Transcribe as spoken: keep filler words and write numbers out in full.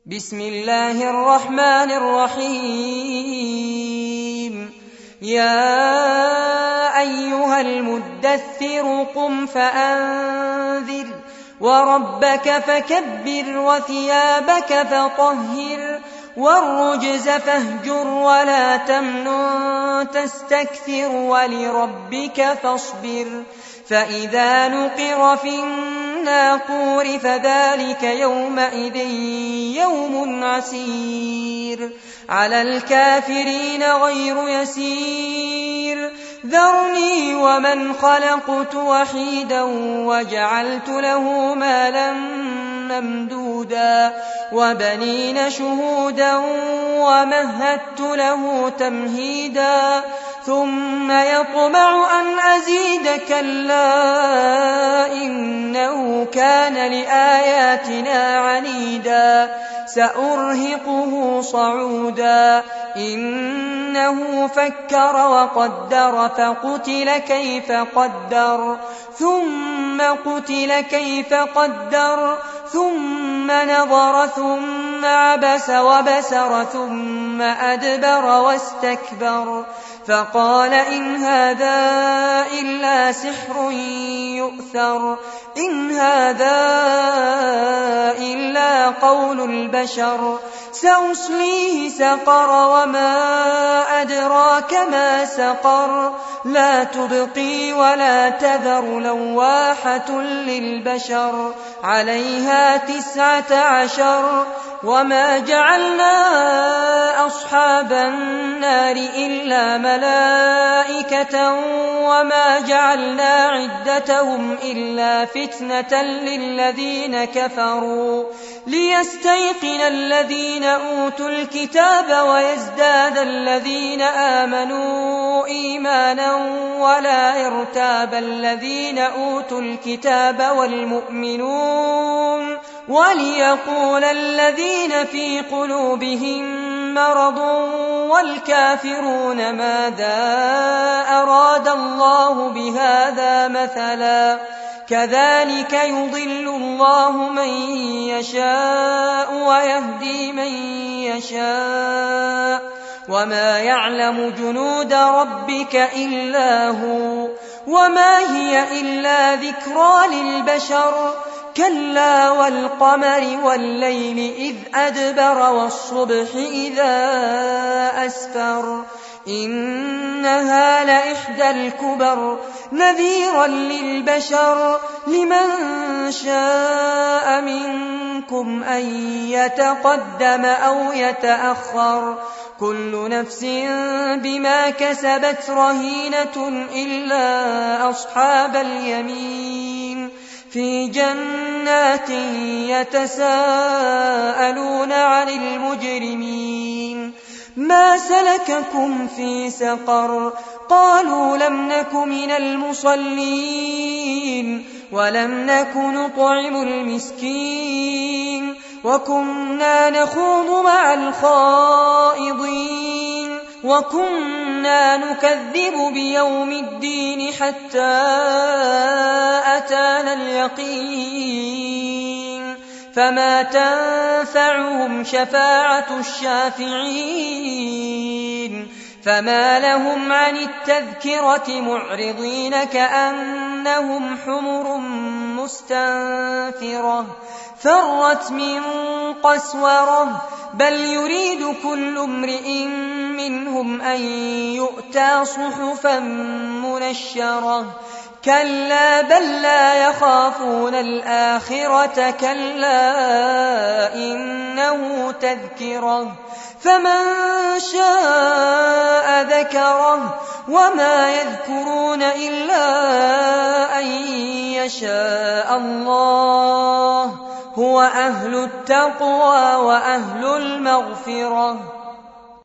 بسم الله الرحمن الرحيم يا أيها المدثر قم فأنذر وربك فكبر وثيابك فطهر والرجز فاهجر ولا تمنن تستكثر ولربك فاصبر فإذا نقر في الناقور فذلك يومئذ يوم عسير على الكافرين غير يسير ذرني ومن خلقت وحيدا وجعلت له مالا ممدودا وبنين شهودا ومهدت له تمهيدا ثم يطمع أن أزيد كلا إنه كان لآياتنا عنيدا سأرهقه صعودا إنه فكر وقدر فقتل كيف قدر ثم قتل كيف قدر ثم نظر ثم عبس وبسر ثم أدبر واستكبر فقال إن هذا إلا سحر يؤثر إن هذا إلا قول البشر سأصليه سقر وما أدراك ما سقر لا تبقي ولا تذر لواحة للبشر عليها تسعة عشر وما جعلنا أصحاب النار إلا ملائكة وما جعلنا عدتهم إلا فتنة للذين كفروا ليستيقن الذين أوتوا الكتاب ويزداد الذين آمنوا إيمانا ولا يرتاب الذين أوتوا الكتاب والمؤمنون وليقول الذين في قلوبهم مرض والكافرون ماذا أراد الله بهذا مثلا كذلك يضل الله من يشاء ويهدي من يشاء وما يعلم جنود ربك إلا هو وما هي إلا ذكرى للبشر كلا والقمر والليل إذ أدبر والصبح إذا أسفر إنها لإحدى الكبر نذيرا للبشر لمن شاء منكم أن يتقدم أو يتأخر كل نفس بما كسبت رهينة إلا أصحاب اليمين في جنات يتساءلون عن المجرمين ما سلككم في سقر قالوا لم نك من المصلين ولم نك نطعم المسكين وكنا نخوض مع الخائضين وكنا نكذب بيوم الدين حتى أتانا اليقين فما تنفعهم شفاعة الشافعين فما لهم عن التذكرة معرضين كأنهم حمر مستنفرة فرت من قسورة بل يريد كل امرئ منهم أن يؤتى صحفا منشرة كلا بل لا يخافون الآخرة كلا إنه تذكرة فمن شاء ذكره وما يذكرون إلا أن يشاء الله هو أهل التقوى وأهل المغفرة